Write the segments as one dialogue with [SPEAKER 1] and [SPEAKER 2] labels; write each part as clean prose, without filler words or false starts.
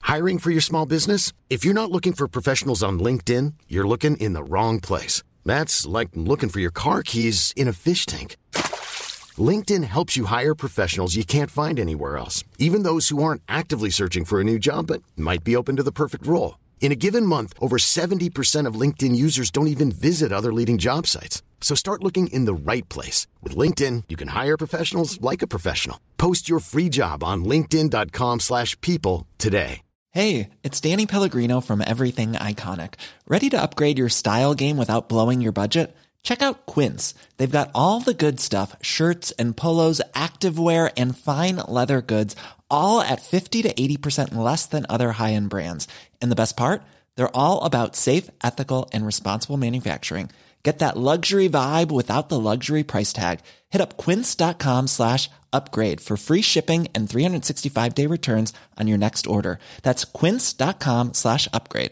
[SPEAKER 1] Hiring for your small business? If you're not looking for professionals on LinkedIn, you're looking in the wrong place. That's like looking for your car keys in a fish tank. LinkedIn helps you hire professionals you can't find anywhere else, even those who aren't actively searching for a new job but might be open to the perfect role. In a given month, over 70% of LinkedIn users don't even visit other leading job sites. So start looking in the right place. With LinkedIn, you can hire professionals like a professional. Post your free job on linkedin.com/people today.
[SPEAKER 2] Hey, it's Danny Pellegrino from Everything Iconic. Ready to upgrade your style game without blowing your budget? Check out Quince. They've got all the good stuff, shirts and polos, activewear, and fine leather goods, all at 50 to 80% less than other high-end brands. And the best part? They're all about safe, ethical, and responsible manufacturing. Get that luxury vibe without the luxury price tag. Hit up quince.com/upgrade for free shipping and 365-day returns on your next order. That's quince.com/upgrade.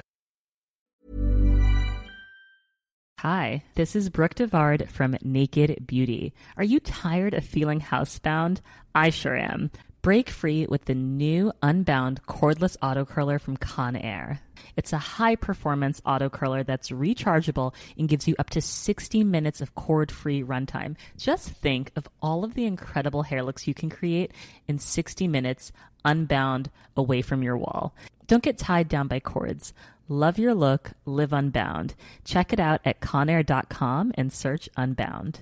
[SPEAKER 3] Hi, this is Brooke Devard from Naked Beauty. Are you tired of feeling housebound? I sure am. Break free with the new Unbound cordless auto curler from Conair. It's a high-performance auto curler that's rechargeable and gives you up to 60 minutes of cord-free runtime. Just think of all of the incredible hair looks you can create in 60 minutes, unbound, away from your wall. Don't get tied down by cords. Love your look, live unbound. Check it out at conair.com and search Unbound.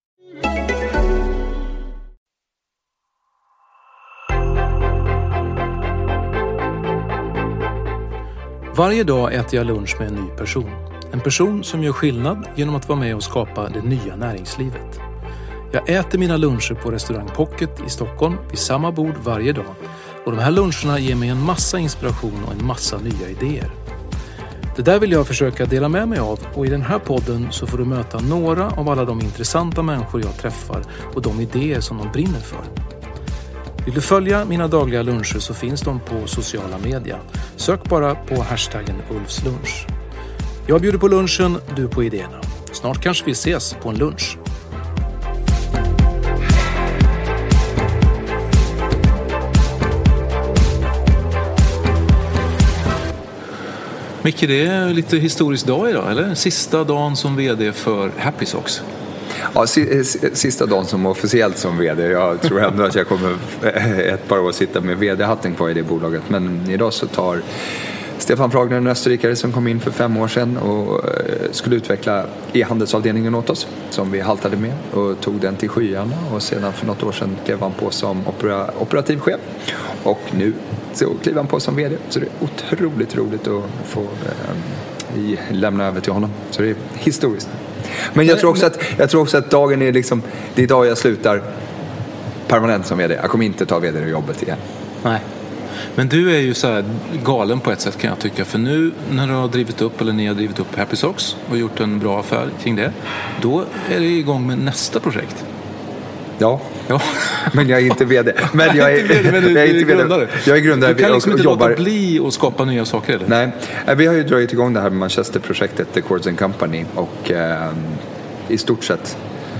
[SPEAKER 4] Varje dag äter jag lunch med en ny person. En person som gör skillnad genom att vara med och skapa det nya näringslivet. Jag äter mina luncher på restaurang Pocket i Stockholm vid samma bord varje dag. Och de här luncherna ger mig en massa inspiration och en massa nya idéer. Det där vill jag försöka dela med mig av, och i den här podden så får du möta några av alla de intressanta människor jag träffar och de idéer som de brinner för. Vill du följa mina dagliga luncher så finns de på sociala medier. Sök bara på hashtaggen Ulfslunch. Jag bjuder på lunchen, du på idéerna. Snart kanske vi ses på en lunch. Micke, det är lite historisk dag idag, eller? Sista dagen som vd för Happy Socks.
[SPEAKER 5] Ja, sista dagen som officiellt som vd. Jag tror ändå att jag kommer ett par år sitta med vd-hatten kvar i det bolaget. Men idag så tar Stefan Fragner, en österrikare som kom in för 5 år sedan och skulle utveckla e-handelsavdelningen åt oss, som vi haltade med, och tog den till skyarna. Och sedan för något år sedan klev han på som operativ chef. Och nu så kliver han på som vd. Så det är otroligt roligt att få lämna över till honom. Så det är historiskt. Men jag tror också att dagen är liksom, det är idag jag slutar permanent som vd. Jag kommer inte ta vd-jobbet igen.
[SPEAKER 4] Nej. Men du är ju så här galen på ett sätt, kan jag tycka. För nu när du har drivit upp, eller ni har drivit upp Happy Socks och gjort en bra affär kring det, då är det igång med nästa projekt.
[SPEAKER 5] Ja. Men jag är inte vd. Men jag är inte grundare. Jag är grundare.
[SPEAKER 4] Du kan liksom inte låta bli och skapa nya saker, eller?
[SPEAKER 5] Nej, vi har ju dragit igång det här med Manchester-projektet, The Cords & Company, och i stort sett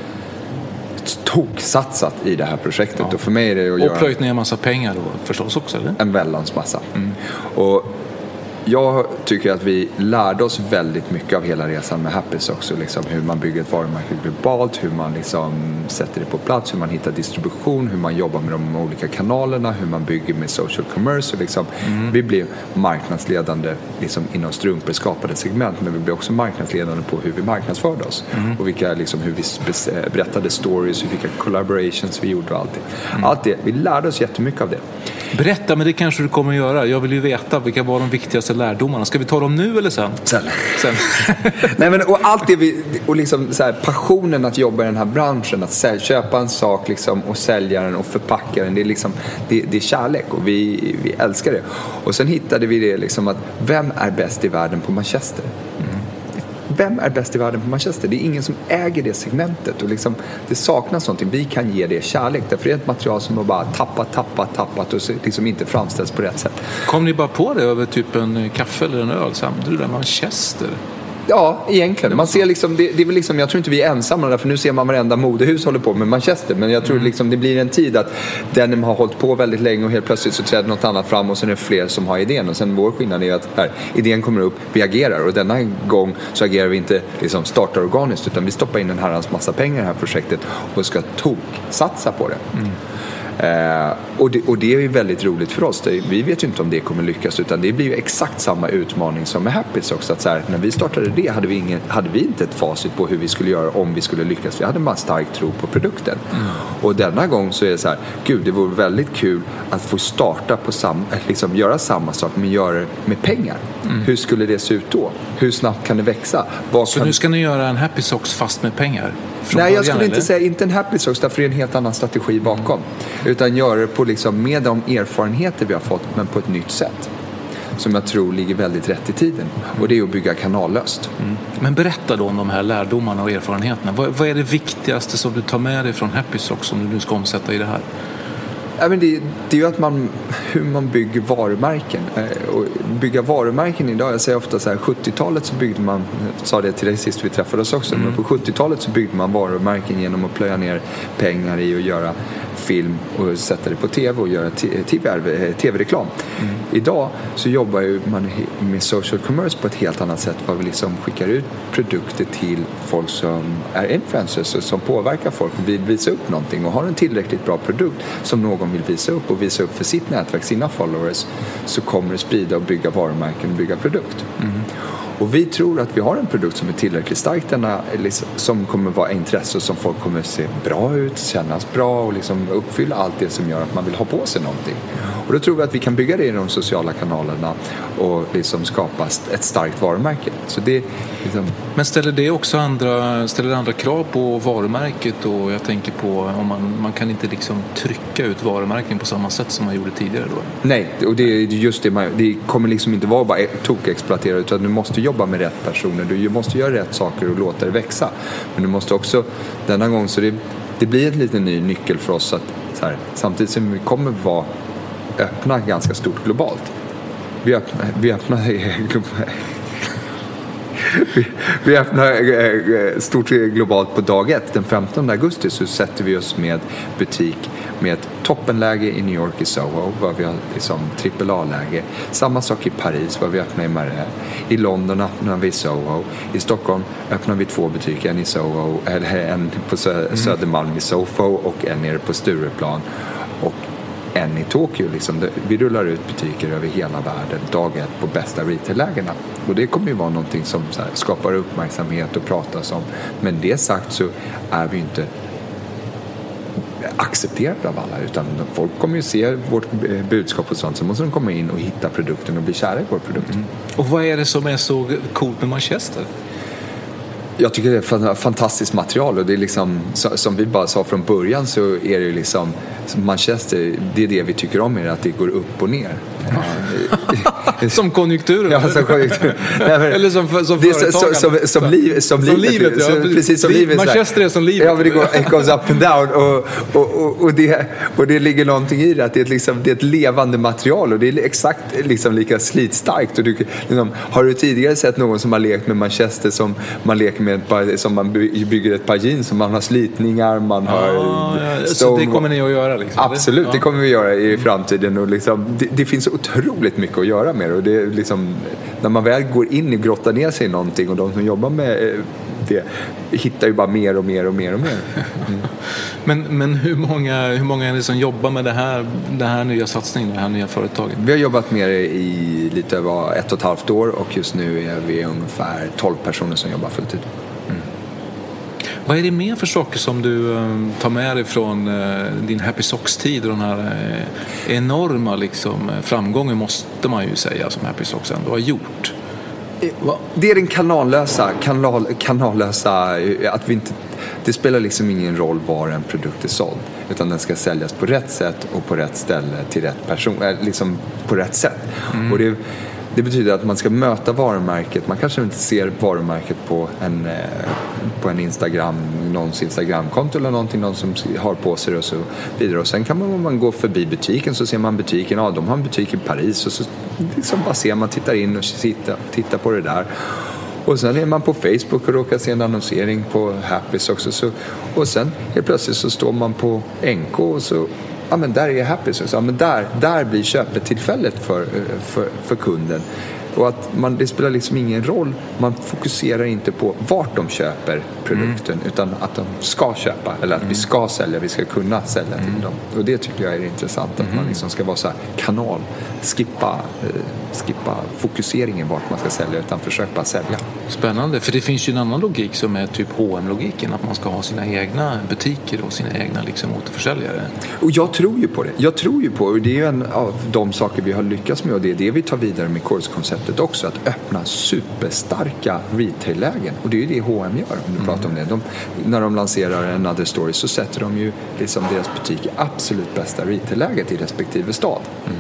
[SPEAKER 5] satsat i det här projektet. Ja. Och för mig är det att göra...
[SPEAKER 4] Och plöjt ner en massa pengar då, förstås också, eller?
[SPEAKER 5] En väldans massa. Och jag tycker att vi lärde oss väldigt mycket av hela resan med Happy Socks, och liksom hur man bygger ett varumärke globalt, hur man liksom sätter det på plats, hur man hittar distribution, hur man jobbar med de olika kanalerna, hur man bygger med social commerce. Och liksom, vi blev marknadsledande liksom inom strumpor, skapade segment, men vi blev också marknadsledande på hur vi marknadsförde oss och vilka, liksom, hur vi berättade stories, vilka collaborations vi gjorde och allt det. Allt det. Vi lärde oss jättemycket av det.
[SPEAKER 4] Berätta, men det kanske du kommer att göra. Jag vill ju veta vilka var de viktigaste lärdomarna. Ska vi ta dem nu eller sen?
[SPEAKER 5] Sen. Nej, men och allt det och liksom så här, passionen att jobba i den här branschen, att köpa en sak liksom, och sälja den och förpacka den, det är liksom det är kärlek, och vi älskar det. Och sen hittade vi det liksom, att vem är bäst i världen på Manchester? Vem är bäst i världen på Manchester? Det är ingen som äger det segmentet, och liksom, det saknas någonting. Vi kan ge det kärlek, därför det är ett material som har bara tappat och liksom inte framställs på rätt sätt.
[SPEAKER 4] Kom ni bara på det över typ en kaffe eller en öl? Du där Manchester?
[SPEAKER 5] Ja, egentligen. Man ser liksom, det är väl liksom, jag tror inte vi är ensamma där, för nu ser man varenda modehus håller på med Manchester. Men jag tror liksom det blir en tid att Denim har hållit på väldigt länge och helt plötsligt så träder något annat fram och sen är det fler som har idén. Och sen vår skillnad är att idén kommer upp, vi agerar. Och denna gång så agerar vi inte liksom startar organiskt, utan vi stoppar in en herrans massa pengar i det här projektet och ska satsa på det. Och det är ju väldigt roligt för oss. Vi vet ju inte om det kommer lyckas, utan det blir ju exakt samma utmaning som med Happys också. Att så här, när vi startade det hade vi inte ett facit på hur vi skulle göra om vi skulle lyckas. Vi hade bara stark tro på produkten. Och denna gång så är det så här, gud, det vore väldigt kul att få starta på liksom göra samma sak men göra det med pengar. Hur skulle det se ut då? Hur snabbt kan det växa?
[SPEAKER 4] Nu ska ni göra en Happy Socks fast med pengar?
[SPEAKER 5] Nej, jag skulle inte säga inte en Happy Socks, därför är det en helt annan strategi bakom. Utan göra det på liksom, med de erfarenheter vi har fått, men på ett nytt sätt. Som jag tror ligger väldigt rätt i tiden. Och det är att bygga kanallöst.
[SPEAKER 4] Men berätta då om de här lärdomarna och erfarenheterna. Vad är det viktigaste som du tar med dig från Happy Socks som du nu ska omsätta i det här?
[SPEAKER 5] Ja, men det är ju att hur man bygger varumärken. Och bygga varumärken idag, jag säger ofta så här, 70-talet så byggde man, jag sa det till dig sist vi träffades också, men på 70-talet så byggde man varumärken genom att plöja ner pengar i att göra film och sätta det på tv och göra tv-reklam. Idag så jobbar ju man med social commerce på ett helt annat sätt, var vi liksom skickar ut produkter till folk som är influencers och som påverkar folk och vill visa upp någonting och har en tillräckligt bra produkt som någon vill visa upp och visa upp för sitt nätverk, sina followers, så kommer det sprida och bygga varumärken och bygga produkt. Och vi tror att vi har en produkt som är tillräckligt stark, som kommer vara intresse och som folk kommer att se bra ut, kännas bra och liksom uppfylla allt det som gör att man vill ha på sig någonting. Och då tror vi att vi kan bygga det i de sociala kanalerna och liksom skapa ett starkt varumärke. Så det, liksom...
[SPEAKER 4] Men ställer det också andra krav på varumärket? Och jag tänker på om man kan inte liksom trycka ut varumärken på samma sätt som man gjorde tidigare då?
[SPEAKER 5] Nej, och det är just det kommer liksom inte vara bara tokexploatera, utan du måste jobba med rätt personer, du måste göra rätt saker och låta det växa. Men du måste också, denna gång så det blir en liten ny nyckel för oss att så här, samtidigt som vi kommer vara öppna ganska stort globalt. Vi öppnar stort globalt på dag 1. Den 15 augusti så sätter vi oss med butik med ett toppenläge i New York i Soho, var vi har liksom AAA-läge. Samma sak i Paris, var vi öppnar i Marais. I London öppnar vi i Soho. I Stockholm öppnar vi 2 butiker, en i Soho, eller en på Södermalm i Sofo och en nere på Stureplan. Och en i Tokyo. Liksom. Vi rullar ut butiker över hela världen dag 1 på bästa retail-lägena. Och det kommer ju vara någonting som så här, skapar uppmärksamhet och pratas om. Men det sagt så är vi inte accepterade av alla, utan folk kommer ju se vårt budskap och sånt, så måste de komma in och hitta produkten och bli kära i vår produkt.
[SPEAKER 4] Och vad är det som är så coolt med Manchester?
[SPEAKER 5] Jag tycker det är fantastiskt material, och det är liksom, som vi bara sa från början, så är det ju liksom Manchester, det är det vi tycker om, är att det går upp och ner.
[SPEAKER 4] Som konjunkturen.
[SPEAKER 5] Ja, som konjunkturen.
[SPEAKER 4] Eller som företagande.
[SPEAKER 5] Som livet. Ja. Precis som livet.
[SPEAKER 4] Manchester är som livet.
[SPEAKER 5] Ja, men det goes up and down. Och det ligger någonting i det. Att det är ett levande material. Och det är exakt liksom lika slitstarkt. Och har du tidigare sett någon som har lekt med Manchester som man leker med som man bygger ett par jeans, som man har slitningar, man har
[SPEAKER 4] så det kommer ni att göra liksom,
[SPEAKER 5] absolut, det kommer vi göra i framtiden. Och liksom, det finns otroligt mycket att göra med det. Och det är liksom, när man väl går in och grottar ner sig i någonting, och de som jobbar med det hittar ju bara mer och mer och mer och mer.
[SPEAKER 4] Men hur många är det som jobbar med det här nya satsningen, det här nya företaget?
[SPEAKER 5] Vi har jobbat med det i lite över 1,5 år, och just nu är vi ungefär 12 personer som jobbar fulltid.
[SPEAKER 4] Vad är det mer för saker som du tar med dig från din Happy Socks-tid och den här enorma liksom, framgången, måste man ju säga, som Happy Socks ändå har gjort?
[SPEAKER 5] Det är den kanallösa att vi inte, det spelar liksom ingen roll var en produkt är såld, utan den ska säljas på rätt sätt och på rätt ställe till rätt person, liksom på rätt sätt. Och det betyder att man ska möta varumärket. Man kanske inte ser varumärket på en Instagram, någons Instagramkonto eller någonting, någon som har på sig och så vidare. Och sen kan man gå förbi butiken, så ser man butiken, de har en butik i Paris, och så liksom bara ser man, tittar in och tittar på det där. Och sen är man på Facebook och råkar se en annonsering på Happys också. Och sen helt plötsligt så står man på NK och så, ja men där är Happys. Ja men där blir köpetillfället för kunden. Och att det spelar liksom ingen roll. Man fokuserar inte på vart de köper produkten utan att de ska köpa eller att vi ska sälja, vi ska kunna sälja till dem. Och det tycker jag är intressant att man liksom ska vara så här kanal, skippa fokuseringen vart man ska sälja utan försöka bara sälja.
[SPEAKER 4] Spännande, för det finns ju en annan logik som är typ H&M-logiken, att man ska ha sina egna butiker och sina egna liksom återförsäljare.
[SPEAKER 5] Och jag tror ju på det. Jag tror ju på, och det är ju en av de saker vi har lyckats med och det är det vi tar vidare med Kårdskonceptet också, att öppna superstarka retail-lägen. Och det är ju det H&M gör om du pratar om det. När de lanserar en Other Story så sätter de ju liksom deras butik i absolut bästa retail-läget i respektive stad.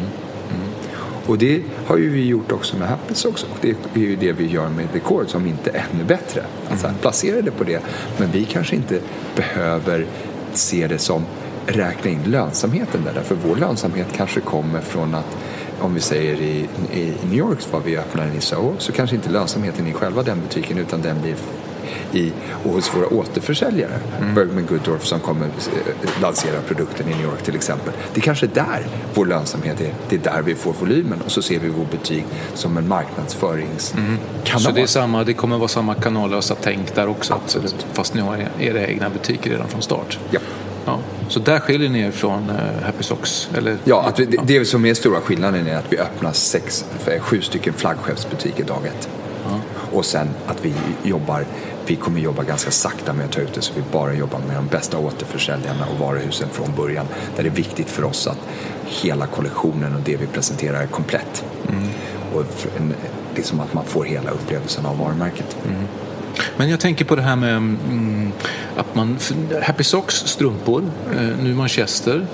[SPEAKER 5] Och det har ju vi gjort också med Happys också. Det är ju det vi gör med The Cord som inte är ännu bättre. Alltså placera det på det. Men vi kanske inte behöver se det som räkna in lönsamheten där. Därför vår lönsamhet kanske kommer från att om vi säger i New York var vi öppnar i Soho så kanske inte lönsamheten i själva den butiken utan den blir och hos våra återförsäljare. Bergman Goodorf som kommer lansera produkten i New York till exempel. Det är kanske där vår lönsamhet är. Det är där vi får volymen och så ser vi vår butik som en marknadsföringskanal.
[SPEAKER 4] Så det kommer vara samma kanallösa tänk där också. Absolut. Fast ni har era egna butiker redan från start.
[SPEAKER 5] Ja.
[SPEAKER 4] Ja, så där skiljer ni er från Happy Socks? Eller?
[SPEAKER 5] Ja, att det som är stora skillnaden är att vi öppnar 7 stycken flaggskeppsbutiker dag 1. Och sen att vi kommer jobba ganska sakta med att ta ut det så vi bara jobbar med de bästa återförsäljarna och varuhusen från början. Där det är viktigt för oss att hela kollektionen och det vi presenterar är komplett. Och liksom att man får hela upplevelsen av varumärket.
[SPEAKER 4] Men jag tänker på det här med att Happy Socks strumpor, nu Manchester.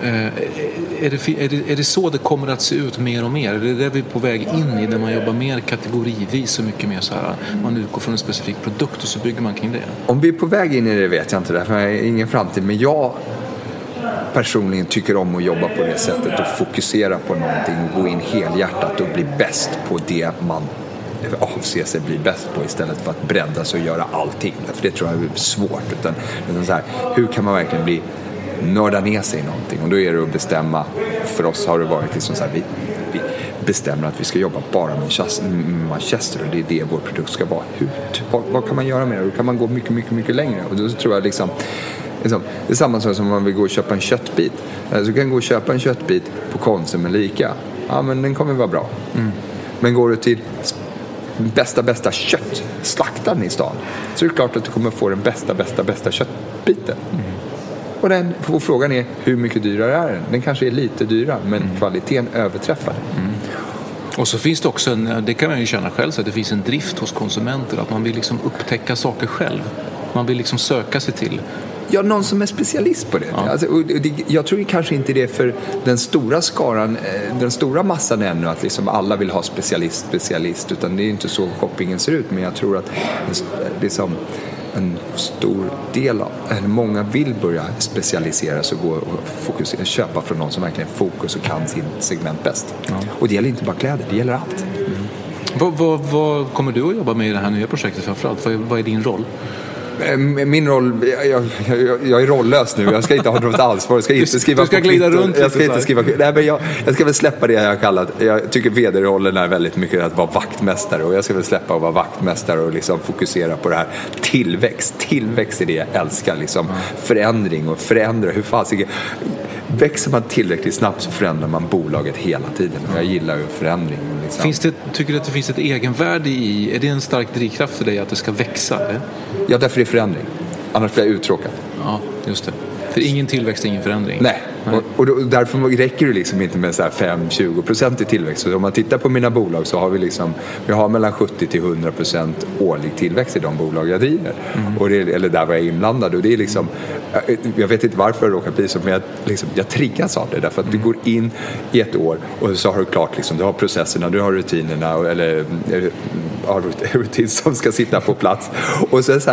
[SPEAKER 4] Är det så det kommer att se ut mer och mer? Är det vi är på väg in i där man jobbar mer kategorivis och mycket mer så här, man utgår från en specifik produkt och så bygger man kring det?
[SPEAKER 5] Om vi är på väg in i det vet jag inte, därför är ingen framtid. Men jag personligen tycker om att jobba på det sättet och fokusera på någonting och gå in helhjärtat och bli bäst på det man avser sig bli bäst på istället för att bredda sig och göra allting. För det tror jag är svårt. Utan så här, hur kan man verkligen nörda ner sig i någonting? Och då är det att bestämma. För oss har det varit liksom så här, vi bestämmer att vi ska jobba bara med Manchester och det är det vår produkt ska vara. Vad kan man göra med det? Då kan man gå mycket, mycket, mycket längre. Och då tror jag liksom det är samma sak som om man vill gå och köpa en köttbit. Så kan gå och köpa en köttbit på Konsum eller Ica. Ja, men den kommer vara bra. Men går du till bästa köttslaktaren i stan så är det klart att du kommer få den bästa köttbiten. Och frågan är hur mycket dyrare är den? Den kanske är lite dyrare men kvaliteten överträffar.
[SPEAKER 4] Och så finns det också det kan man ju känna själv så att det finns en drift hos konsumenter att man vill liksom upptäcka saker själv. Man vill liksom söka sig till.
[SPEAKER 5] Ja, någon som är specialist på det. Ja. Alltså, jag tror kanske inte det för den stora skaran, den stora massan ännu att liksom alla vill ha specialist utan det är inte så shoppingen ser ut. Men jag tror att liksom en stor del eller många vill börja specialisera sig och gå och köpa från någon som verkligen fokus och kan sin segment bäst. Ja. Och det gäller inte bara kläder, det gäller allt.
[SPEAKER 4] Vad kommer du att jobba med i det här nya projektet framförallt? Vad är din roll?
[SPEAKER 5] Min roll, jag är rollös nu. Jag ska inte ha något ansvar. Jag ska inte skriva.
[SPEAKER 4] Du ska glida runt.
[SPEAKER 5] Jag ska inte skriva. Nej, men jag ska väl släppa det jag kallat. Jag tycker vd-rollen är väldigt mycket att vara vaktmästare och jag ska väl släppa att vara vaktmästare och liksom fokusera på det här tillväxt är det jag älskar liksom. Förändring och förändra. Hur fasiken växer man tillräckligt snabbt så förändrar man bolaget hela tiden. Och jag gillar ju förändring. Liksom.
[SPEAKER 4] Tycker du att det finns ett egenvärde är det en stark drivkraft för dig att det ska växa? Eller?
[SPEAKER 5] Ja, därför är det förändring. Annars blir jag uttråkad.
[SPEAKER 4] Ja, just det. För ingen tillväxt, ingen förändring.
[SPEAKER 5] Nej. Och därför räcker det liksom inte med så här 5-20% i tillväxt. Så om man tittar på mina bolag så har vi har mellan 70-100% årlig tillväxt i de bolag jag driver. Och eller där var jag inblandad. Och det är liksom, jag vet inte varför det råkar bli så, men jag triggas av det. Därför att du går in i ett år och så har du klart, liksom, du har processerna, du har rutinerna eller rutin som ska sitta på plats. Och så är det så här,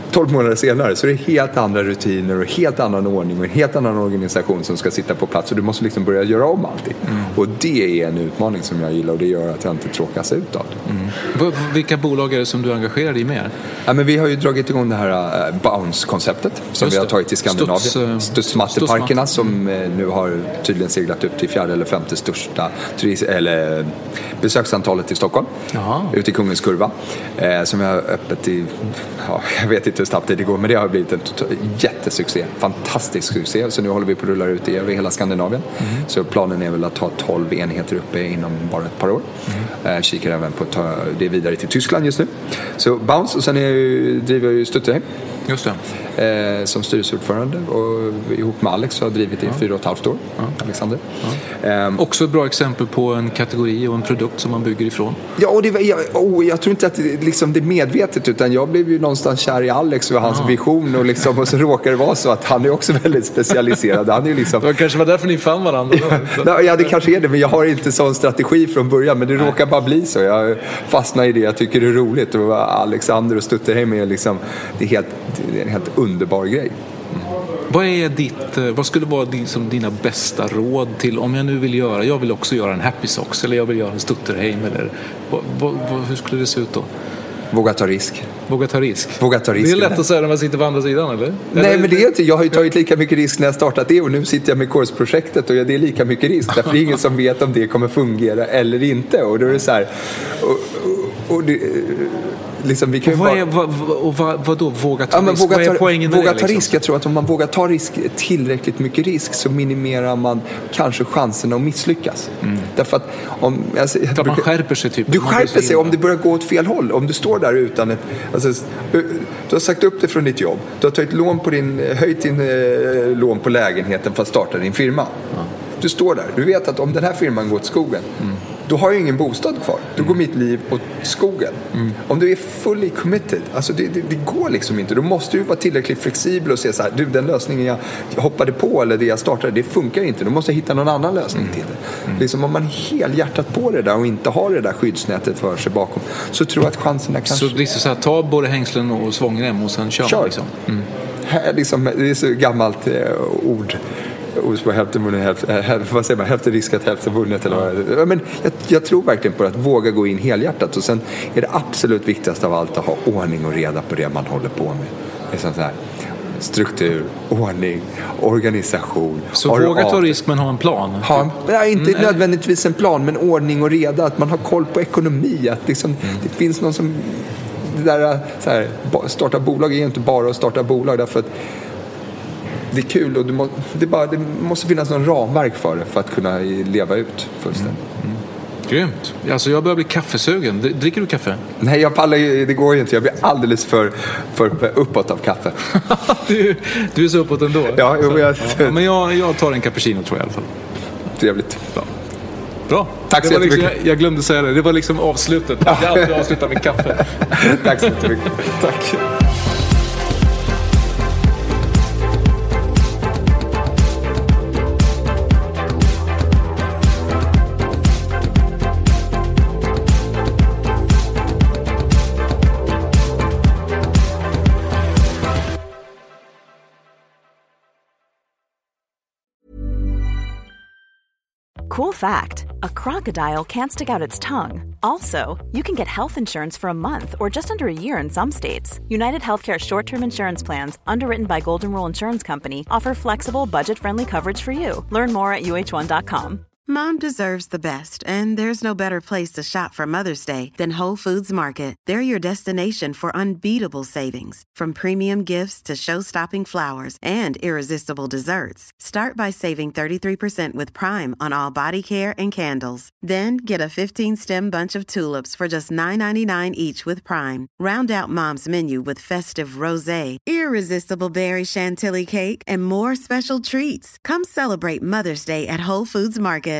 [SPEAKER 5] 12 månader senare så är det helt andra rutiner och helt annan ordning och en helt annan organisation som ska sitta på plats och du måste liksom börja göra om allting. Och det är en utmaning som jag gillar och det gör att jag inte tråkas ut av det.
[SPEAKER 4] Vilka bolag är det som du engagerar dig mer?
[SPEAKER 5] Ja, men vi har ju dragit igång det här Bounce-konceptet som vi har tagit till Skandinavien. Studsmatteparkerna som nu har tydligen seglat upp till 4:e eller 5:e största besöksantalet i Stockholm. Ute i Kungens Kurva. Som jag har öppet i, jag vet inte hur snabbt det går, men det har blivit en jättesuccé. Fantastisk succé. Så nu håller vi på att rulla ut det över hela Skandinavien. Så planen är väl att ha 12 enheter uppe inom bara ett par år. Kikar även på att ta det vidare till Tyskland just nu. Så Bounce, och sen driver jag ju Stutterheim.
[SPEAKER 4] Just det.
[SPEAKER 5] Som styrelseordförande och ihop med Alex har jag drivit det i 4,5 år. Alexander.
[SPEAKER 4] Också ett bra exempel på en kategori och en produkt som man bygger ifrån.
[SPEAKER 5] Ja, och jag tror inte att det är medvetet, utan jag blev ju någonstans kär i Alex och hans vision och så råkar det vara så att han är också väldigt specialiserad. Han är liksom...
[SPEAKER 4] Det kanske var därför ni fann varandra.
[SPEAKER 5] Ja, det kanske är det, men jag har inte sån strategi från början, men det råkar bara bli så. Jag fastnar i det, jag tycker det är roligt och Alexander och Stutterheim är liksom, det är en helt underbar grej.
[SPEAKER 4] Vad skulle vara dina bästa råd till om jag nu jag vill också göra en Happy Socks eller jag vill göra en Stutterheim eller hur skulle det se ut då?
[SPEAKER 5] Våga ta risk.
[SPEAKER 4] Det är lätt att säga när man sitter på andra sidan, eller?
[SPEAKER 5] Nej, men det är inte. Jag har ju tagit lika mycket risk när jag startat det och nu sitter jag med kursprojektet och det är lika mycket risk. Därför är det ingen som vet om det kommer fungera eller inte. Och då är det så här... Och det, liksom, vi kan ju
[SPEAKER 4] vad då? Våga ta risk? Vad är poängen med det?
[SPEAKER 5] Våga ta risk. Jag tror att om man vågar ta tillräckligt mycket risk så minimerar man kanske chanserna att misslyckas. Därför att om...
[SPEAKER 4] man skärper sig typ.
[SPEAKER 5] Du skärper sig om det börjar gå åt fel håll. Om du står där utan ett... du har sagt upp det från ditt jobb. Du har tagit höjt din lån på lägenheten för att starta din firma. Du står där. Du vet att om den här firman går till skogen då har jag ingen bostad kvar. Då går mitt liv åt skogen. Om du är fully committed, alltså det går liksom inte. Då måste du vara tillräckligt flexibel och säga så här, den lösningen jag hoppade på eller det jag startade, det funkar inte. Då måste jag hitta någon annan lösning till det. Liksom om man är helhjärtat på det där och inte har det där skyddsnätet för sig bakom, så tror jag att chanserna kanske...
[SPEAKER 4] Så det är så här, ta både hängslen och svångrem och sen kör. Liksom.
[SPEAKER 5] Det är så gammalt ord på hälften riskat, hälften vunnet eller men jag tror verkligen på att våga gå in helhjärtat och sen är det absolut viktigaste av allt att ha ordning och reda på det man håller på med. Det är sånt här struktur, ordning, organisation.
[SPEAKER 4] Så våga ta risk men ha en plan?
[SPEAKER 5] Inte nödvändigtvis en plan, men ordning och reda, att man har koll på ekonomi, att liksom, det finns någon som det där, så här, starta bolag är inte bara att starta bolag, därför att det är kul och det måste finnas någon ramverk för det för att kunna leva ut fullständigt.
[SPEAKER 4] Grymt. Alltså jag börjar bli kaffesugen. Dricker du kaffe?
[SPEAKER 5] Nej, jag pallar ju, det går ju inte. Jag blir alldeles för uppåt av kaffe.
[SPEAKER 4] du är så uppåt ändå?
[SPEAKER 5] Ja,
[SPEAKER 4] men jag tar en cappuccino tror jag i alla fall.
[SPEAKER 5] Trevligt.
[SPEAKER 4] Bra.
[SPEAKER 5] Tack så
[SPEAKER 4] jättemycket.
[SPEAKER 5] Liksom,
[SPEAKER 4] jag glömde säga det. Det var liksom avslutet. Jag alltid avslutar med kaffe.
[SPEAKER 5] Tack så jättemycket.
[SPEAKER 4] Tack.
[SPEAKER 6] Cool fact, a crocodile can't stick out its tongue. Also, you can get health insurance for a month or just under a year in some states. United Healthcare short-term insurance plans, underwritten by Golden Rule Insurance Company, offer flexible, budget-friendly coverage for you. Learn more at uh1.com.
[SPEAKER 7] Mom deserves the best, and there's no better place to shop for Mother's Day than Whole Foods Market. They're your destination for unbeatable savings, from premium gifts to show-stopping flowers and irresistible desserts. Start by saving 33% with Prime on all body care and candles. Then get a 15-stem bunch of tulips for just $9.99 each with Prime. Round out Mom's menu with festive rosé, irresistible berry chantilly cake, and more special treats. Come celebrate Mother's Day at Whole Foods Market.